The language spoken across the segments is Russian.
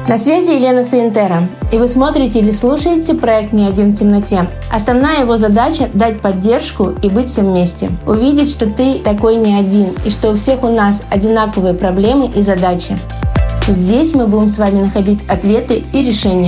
На связи Елена Суинтера, и вы смотрите или слушаете проект «Не один в темноте». Основная его задача – дать поддержку и быть всем вместе. Увидеть, что ты такой не один, и что у всех у нас одинаковые проблемы и задачи. Здесь мы будем с вами находить ответы и решения.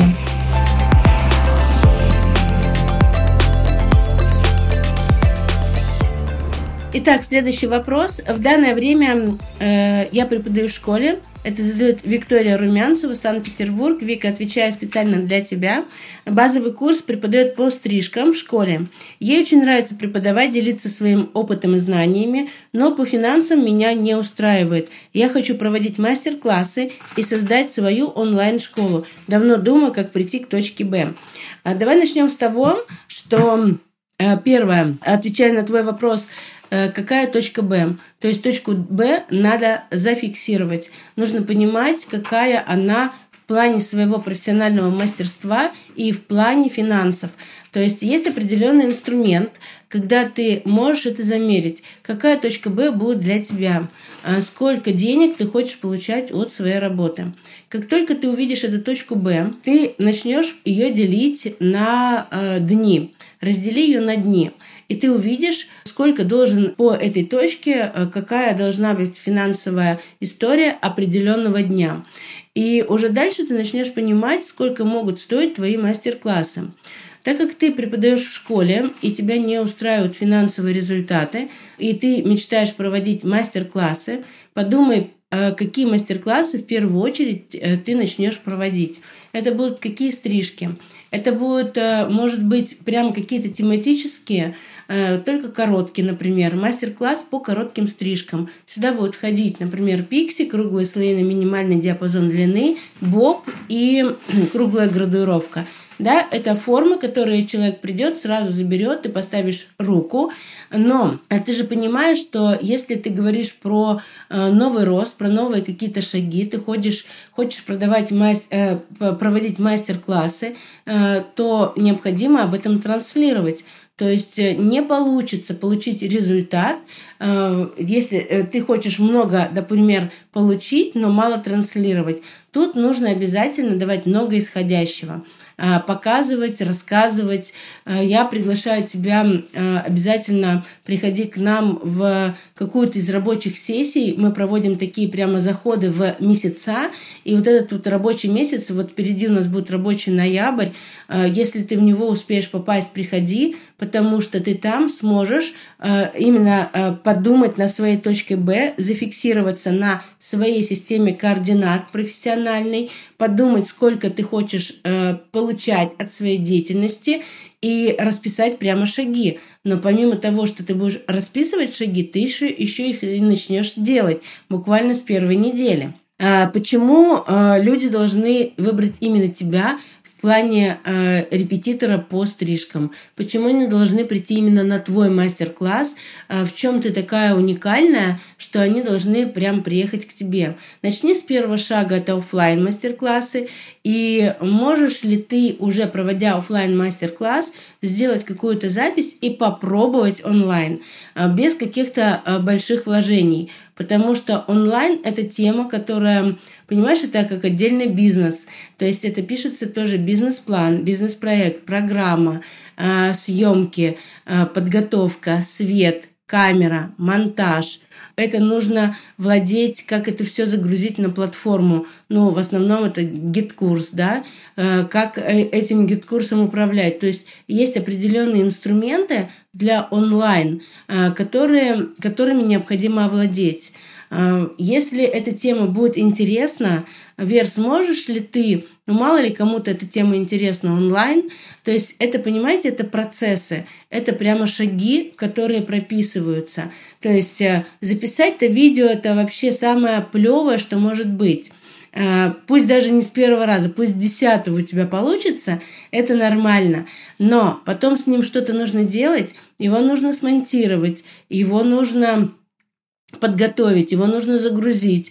Итак, следующий вопрос. В данное время я преподаю в школе. Это задает Виктория Румянцева, Санкт-Петербург. Вика, отвечаю специально для тебя. Базовый курс преподает по стрижкам в школе. Ей очень нравится преподавать, делиться своим опытом и знаниями, но по финансам меня не устраивает. Я хочу проводить мастер-классы и создать свою онлайн-школу. Давно думаю, как прийти к точке Б. Давай начнем с того, что первое, отвечая на твой вопрос, какая точка Б? То есть точку Б надо зафиксировать. Нужно понимать, какая она в плане своего профессионального мастерства и в плане финансов. То есть есть определенный инструмент, когда ты можешь это замерить. Какая точка Б будет для тебя? Сколько денег ты хочешь получать от своей работы? Как только ты увидишь эту точку Б, ты начнешь ее делить на дни. Раздели ее на дни. И ты увидишь, сколько должен по этой точке, какая должна быть финансовая история определенного дня. И уже дальше ты начнешь понимать, сколько могут стоить твои мастер-классы. Так как ты преподаешь в школе, и тебя не устраивают финансовые результаты, и ты мечтаешь проводить мастер-классы, подумай, какие мастер-классы в первую очередь ты начнешь проводить. Это будут какие стрижки. Это будут, может быть, прям какие-то тематические, только короткие, например, мастер-класс по коротким стрижкам. Сюда будут входить, например, пикси, круглые слои на минимальный диапазон длины, боб и круглая градуировка. Да, это формы, которые человек придет, сразу заберет, ты поставишь руку. Но ты же понимаешь, что если ты говоришь про новый рост, про новые какие-то шаги, ты хочешь проводить мастер-классы, то необходимо об этом транслировать. То есть не получится получить результат, если ты хочешь много, например, получить, но мало транслировать. Тут нужно обязательно давать много исходящего. Показывать, рассказывать. Я приглашаю тебя обязательно приходи к нам в какую-то из рабочих сессий. Мы проводим такие прямо заходы в месяца. И вот этот вот рабочий месяц, вот впереди у нас будет рабочий ноябрь. Если ты в него успеешь попасть, приходи, потому что ты там сможешь именно подумать на своей точке Б, зафиксироваться на своей системе координат профессиональной, подумать, сколько ты хочешь получать от своей деятельности и расписать прямо шаги. Но помимо того, что ты будешь расписывать шаги, ты еще их и начнешь делать буквально с первой недели. Почему люди должны выбрать именно тебя в плане репетитора по стрижкам? Почему они должны прийти именно на твой мастер-класс? В чем ты такая уникальная, что они должны прям приехать к тебе? Начни с первого шага, это офлайн мастер-классы. И можешь ли ты, уже проводя офлайн мастер-класс, сделать какую-то запись и попробовать онлайн без каких-то больших вложений? Потому что онлайн – это тема, которая, понимаешь, это как отдельный бизнес. То есть это пишется тоже бизнес-план, бизнес-проект, программа, съемки, подготовка, свет, камера, монтаж. Это нужно владеть, как это все загрузить на платформу. Ну, в основном это гид-курс, да, как этим гид-курсом управлять. То есть есть определенные инструменты для онлайн, которыми необходимо овладеть. Если эта тема будет интересна, Вер, сможешь ли ты, мало ли кому-то эта тема интересна онлайн, то есть это, понимаете, это процессы, это прямо шаги, которые прописываются. То есть записать-то видео – это вообще самое плевое, что может быть. Пусть даже не с первого раза, пусть с 10-го у тебя получится, это нормально. Но потом с ним что-то нужно делать, его нужно смонтировать, его нужно подготовить, его нужно загрузить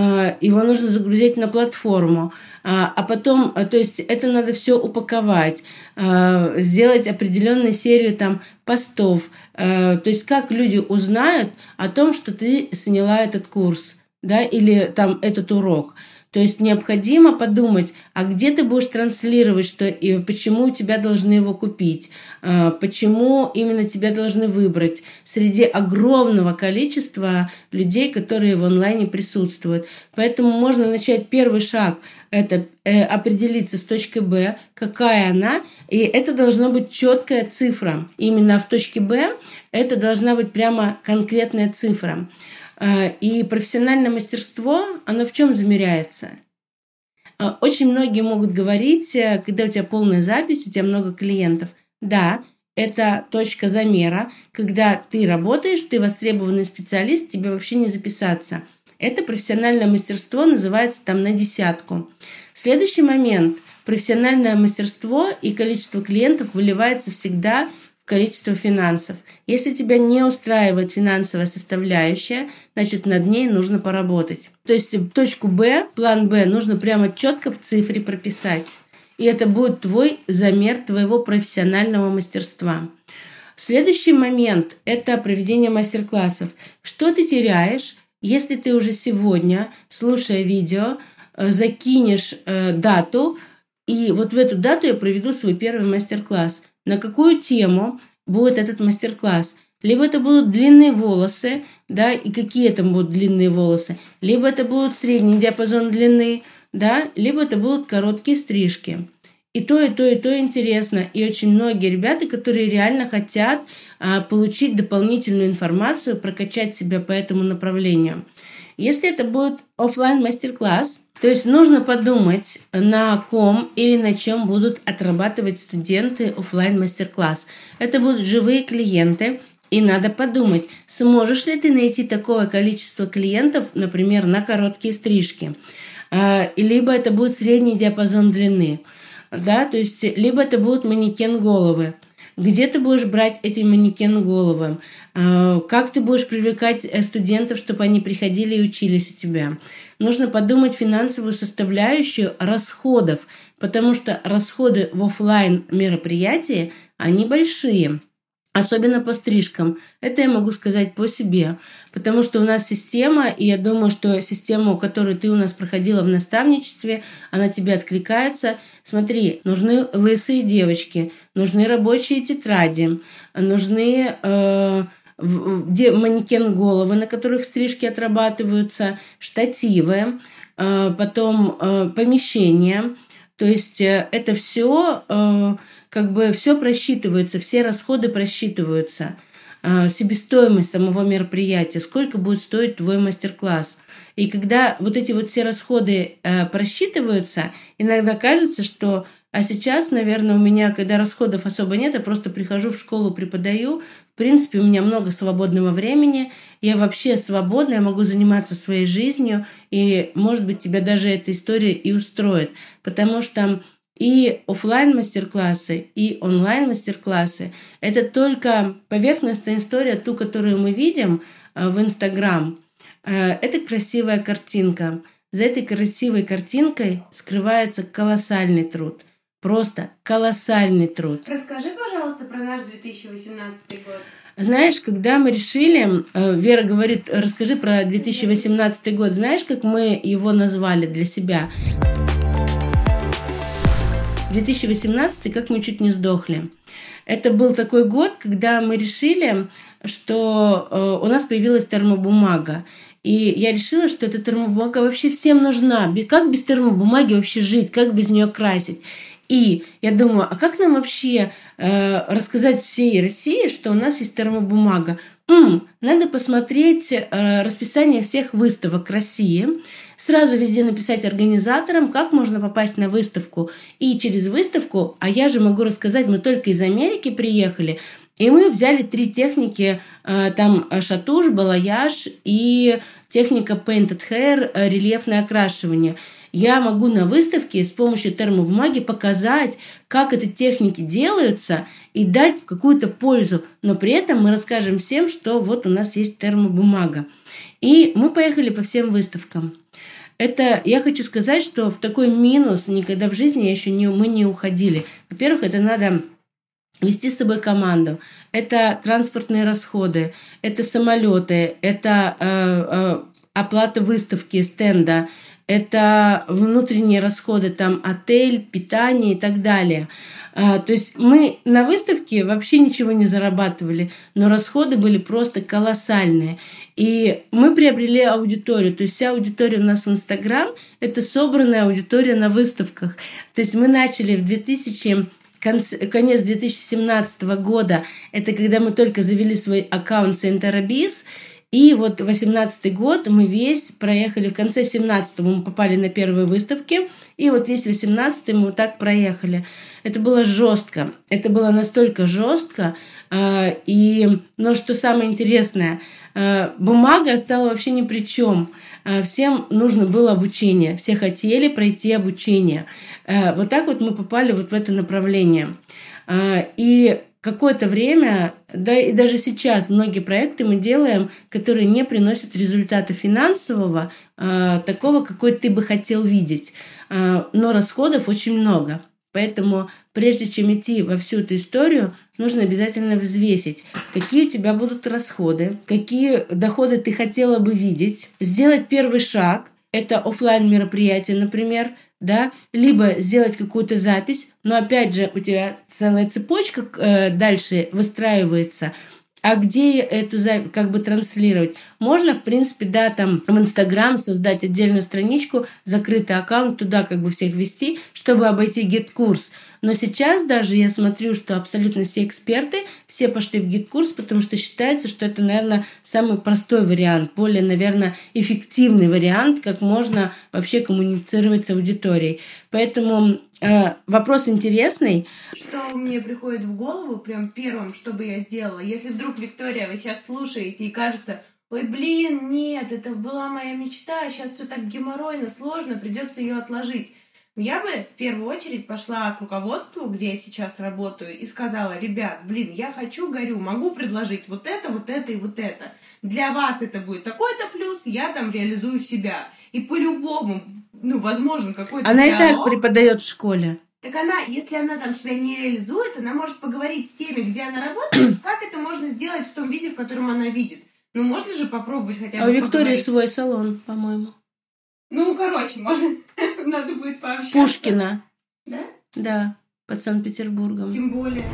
на платформу, а потом, то есть это надо все упаковать, сделать определенную серию там постов, то есть как люди узнают о том, что ты сняла этот курс, да, или там этот урок. То есть необходимо подумать, а где ты будешь транслировать, что и почему у тебя должны его купить, почему именно тебя должны выбрать среди огромного количества людей, которые в онлайне присутствуют. Поэтому можно начать первый шаг – это определиться с точкой Б, какая она, и это должна быть четкая цифра. Именно в точке Б это должна быть прямо конкретная цифра. И профессиональное мастерство, оно в чем замеряется? Очень многие могут говорить, когда у тебя полная запись, у тебя много клиентов. Да, это точка замера, когда ты работаешь, ты востребованный специалист, тебе вообще не записаться. Это профессиональное мастерство называется там на 10. Следующий момент. Профессиональное мастерство и количество клиентов выливается всегда в количество финансов. Если тебя не устраивает финансовая составляющая, значит, над ней нужно поработать. То есть точку Б, план Б нужно прямо четко в цифре прописать. И это будет твой замер твоего профессионального мастерства. Следующий момент – это проведение мастер-классов. Что ты теряешь, если ты уже сегодня, слушая видео, закинешь дату, и вот в эту дату я проведу свой первый мастер-класс. На какую тему будет этот мастер-класс? Либо это будут длинные волосы, да, и какие это будут длинные волосы, либо это будут средний диапазон длины, да, либо это будут короткие стрижки. И то, и то, и то интересно. И очень многие ребята, которые реально хотят получить дополнительную информацию, прокачать себя по этому направлению. Если это будет офлайн мастер-класс, то есть нужно подумать, на ком или на чем будут отрабатывать студенты офлайн мастер-класс. Это будут живые клиенты, и надо подумать, сможешь ли ты найти такое количество клиентов, например, на короткие стрижки. Либо это будет средний диапазон длины, да, то есть либо это будут манекен-головы. Где ты будешь брать эти манекен-головы? Как ты будешь привлекать студентов, чтобы они приходили и учились у тебя? Нужно подумать финансовую составляющую расходов, потому что расходы в офлайн мероприятии, они большие. Особенно по стрижкам. Это я могу сказать по себе. Потому что у нас система, и я думаю, что система, которую ты у нас проходила в наставничестве, она тебе откликается. Смотри, нужны лысые девочки, нужны рабочие тетради, нужны манекен-головы, на которых стрижки отрабатываются, штативы, потом помещения. То есть это все все просчитывается, все расходы просчитываются, себестоимость самого мероприятия, сколько будет стоить твой мастер-класс. И когда вот эти вот все расходы просчитываются, иногда кажется, что сейчас, наверное, у меня, когда расходов особо нет, я просто прихожу в школу, преподаю. В принципе, у меня много свободного времени, я вообще свободна, я могу заниматься своей жизнью, и, может быть, тебя даже эта история и устроит, потому что и офлайн мастер-классы, и онлайн мастер-классы – это только поверхностная история, ту, которую мы видим в Инстаграм. Это красивая картинка. За этой красивой картинкой скрывается колоссальный труд. Просто колоссальный труд. Расскажи, пожалуйста, про наш 2018 год. Знаешь, когда мы решили, Вера говорит, расскажи про 2018 год. Знаешь, как мы его назвали для себя? 2018, как мы чуть не сдохли. Это был такой год, когда мы решили, что у нас появилась термобумага. И я решила, что эта термобумага вообще всем нужна. Как без термобумаги вообще жить? Как без нее красить? И я думаю, а как нам вообще рассказать всей России, что у нас есть термобумага? Надо посмотреть расписание всех выставок России, сразу везде написать организаторам, как можно попасть на выставку. И через выставку, а я же могу рассказать, мы только из Америки приехали, и мы взяли 3 техники, там шатуш, балаяж и техника painted hair, рельефное окрашивание. Я могу на выставке с помощью термобумаги показать, как эти техники делаются, и дать какую-то пользу. Но при этом мы расскажем всем, что вот у нас есть термобумага. И мы поехали по всем выставкам. Это я хочу сказать, что в такой минус никогда в жизни мы не уходили. Во-первых, это надо вести с собой команду. Это транспортные расходы, это самолеты, это оплата выставки, стенда, это внутренние расходы, там отель, питание и так далее. То есть мы на выставке вообще ничего не зарабатывали, но расходы были просто колоссальные. И мы приобрели аудиторию. То есть вся аудитория у нас в Инстаграм – это собранная аудитория на выставках. То есть мы начали конец 2017 года, это когда мы только завели свой аккаунт Центробиз, и вот 2018 год мы весь проехали, в конце 17-го мы попали на первые выставки, и вот весь 18-й мы вот так проехали. Это было жестко, это было настолько жестко, но что самое интересное, бумага стала вообще ни при чем. Всем нужно было обучение, все хотели пройти обучение. Вот так вот мы попали вот в это направление. И какое-то время, да и даже сейчас многие проекты мы делаем, которые не приносят результата финансового, такого, какой ты бы хотел видеть. Но расходов очень много. Поэтому прежде чем идти во всю эту историю, нужно обязательно взвесить, какие у тебя будут расходы, какие доходы ты хотела бы видеть, сделать первый шаг, это офлайн мероприятие, например, да, либо сделать какую-то запись, но опять же у тебя целая цепочка дальше выстраивается. А где эту запись как бы транслировать? Можно, в принципе, да, там в Инстаграм создать отдельную страничку, закрытый аккаунт, туда как бы всех вести, чтобы обойти гид-курс. Но сейчас даже я смотрю, что абсолютно все эксперты, все пошли в гид-курс, потому что считается, что это, наверное, самый простой вариант, более, наверное, эффективный вариант, как можно вообще коммуницировать с аудиторией. Поэтому вопрос интересный. Что мне приходит в голову, прям первым, что бы я сделала, если вдруг, Виктория, вы сейчас слушаете и кажется, ой, блин, нет, это была моя мечта, сейчас все так геморройно, сложно, придется ее отложить. Я бы в первую очередь пошла к руководству, где я сейчас работаю, и сказала, ребят, блин, я хочу, горю, могу предложить вот это и вот это. Для вас это будет такой-то плюс, я там реализую себя. И по-любому, возможно, какой-то Она диалог. и так преподает в школе. Так она, если она там себя не реализует, она может поговорить с теми, где она работает, как это можно сделать в том виде, в котором она видит. Можно же попробовать хотя бы А у Виктории поговорить. свой салон, по-моему. Можно. Надо будет пообщаться. Пушкина. Да? Да, под Санкт-Петербургом. Тем более.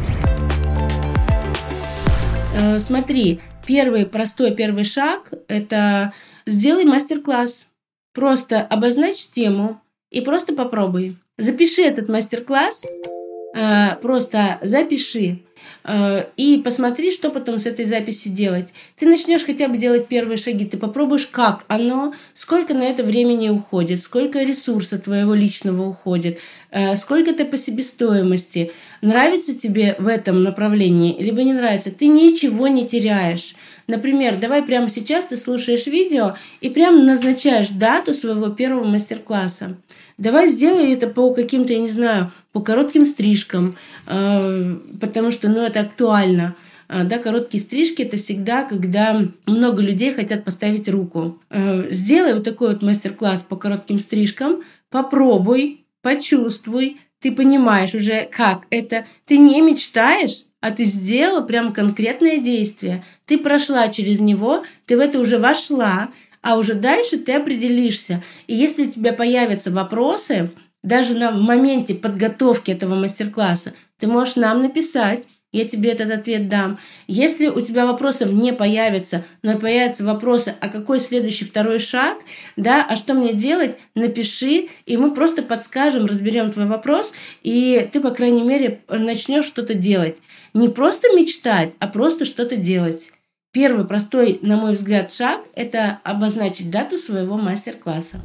Смотри, первый шаг – это сделай мастер-класс. Просто обозначь тему и просто попробуй. Запиши этот мастер-класс, просто запиши и посмотри, что потом с этой записью делать. Ты начнешь хотя бы делать первые шаги, ты попробуешь, как оно, сколько на это времени уходит, сколько ресурса твоего личного уходит, сколько это по себестоимости. Нравится тебе в этом направлении, либо не нравится, ты ничего не теряешь. Например, давай прямо сейчас ты слушаешь видео и прямо назначаешь дату своего первого мастер-класса. Давай сделай это по каким-то, я не знаю, по коротким стрижкам, потому что, это актуально. Да, короткие стрижки – это всегда, когда много людей хотят поставить руку. Сделай вот такой вот мастер-класс по коротким стрижкам, попробуй, почувствуй, ты понимаешь уже, как это. Ты не мечтаешь, а ты сделала прям конкретное действие. Ты прошла через него, ты в это уже вошла, а уже дальше ты определишься. И если у тебя появятся вопросы, даже в моменте подготовки этого мастер-класса, ты можешь нам написать, я тебе этот ответ дам. Если у тебя вопросов не появится, но появятся вопросы, а какой следующий второй шаг, да, а что мне делать, напиши, и мы просто подскажем, разберем твой вопрос, и ты, по крайней мере, начнешь что-то делать. Не просто мечтать, а просто что-то делать. Первый простой, на мой взгляд, шаг – это обозначить дату своего мастер-класса.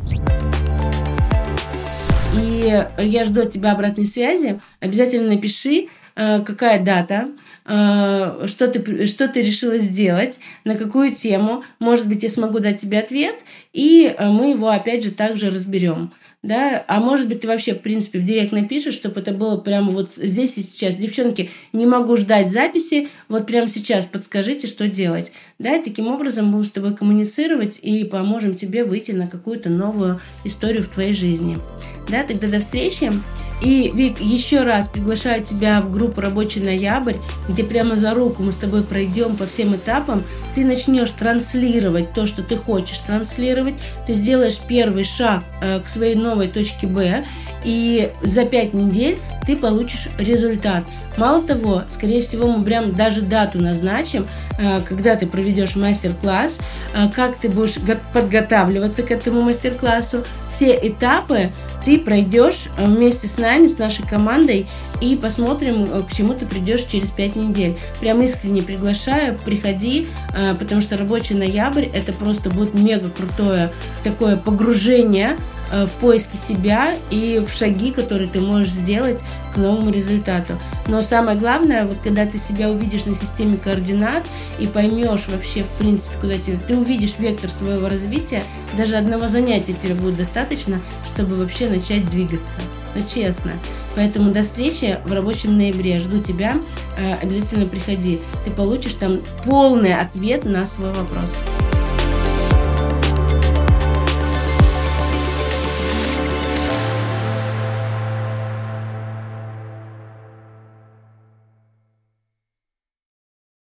И я жду от тебя обратной связи. Обязательно напиши, какая дата, что ты решила сделать, на какую тему. Может быть, я смогу дать тебе ответ, и мы его, опять же, также разберем. да, а может быть, ты вообще, в принципе, в директ напишешь, чтобы это было прямо вот здесь и сейчас. Девчонки, не могу ждать записи, вот прямо сейчас подскажите, что делать. Да, и таким образом будем с тобой коммуницировать и поможем тебе выйти на какую-то новую историю в твоей жизни. Да, тогда до встречи. И, Вик, еще раз приглашаю тебя в группу «Рабочий ноябрь», где прямо за руку мы с тобой пройдем по всем этапам. Ты начнешь транслировать то, что ты хочешь транслировать. Ты сделаешь первый шаг к своей новой точке Б. И за 5 недель ты получишь результат. Мало того, скорее всего, мы прям даже дату назначим, когда ты проведешь мастер-класс, как ты будешь подготавливаться к этому мастер-классу. Все этапы ты пройдешь вместе с нами, с нашей командой, и посмотрим, к чему ты придешь через 5 недель. Прям искренне приглашаю, приходи, потому что «Рабочий ноябрь» это просто будет мега крутое такое погружение в поиске себя и в шаги, которые ты можешь сделать к новому результату. Но самое главное, вот когда ты себя увидишь на системе координат и поймешь вообще, в принципе, куда ты увидишь вектор своего развития, даже одного занятия тебе будет достаточно, чтобы вообще начать двигаться. Ну, честно. Поэтому до встречи в «Рабочем ноябре». Жду тебя. Обязательно приходи. Ты получишь там полный ответ на свой вопрос.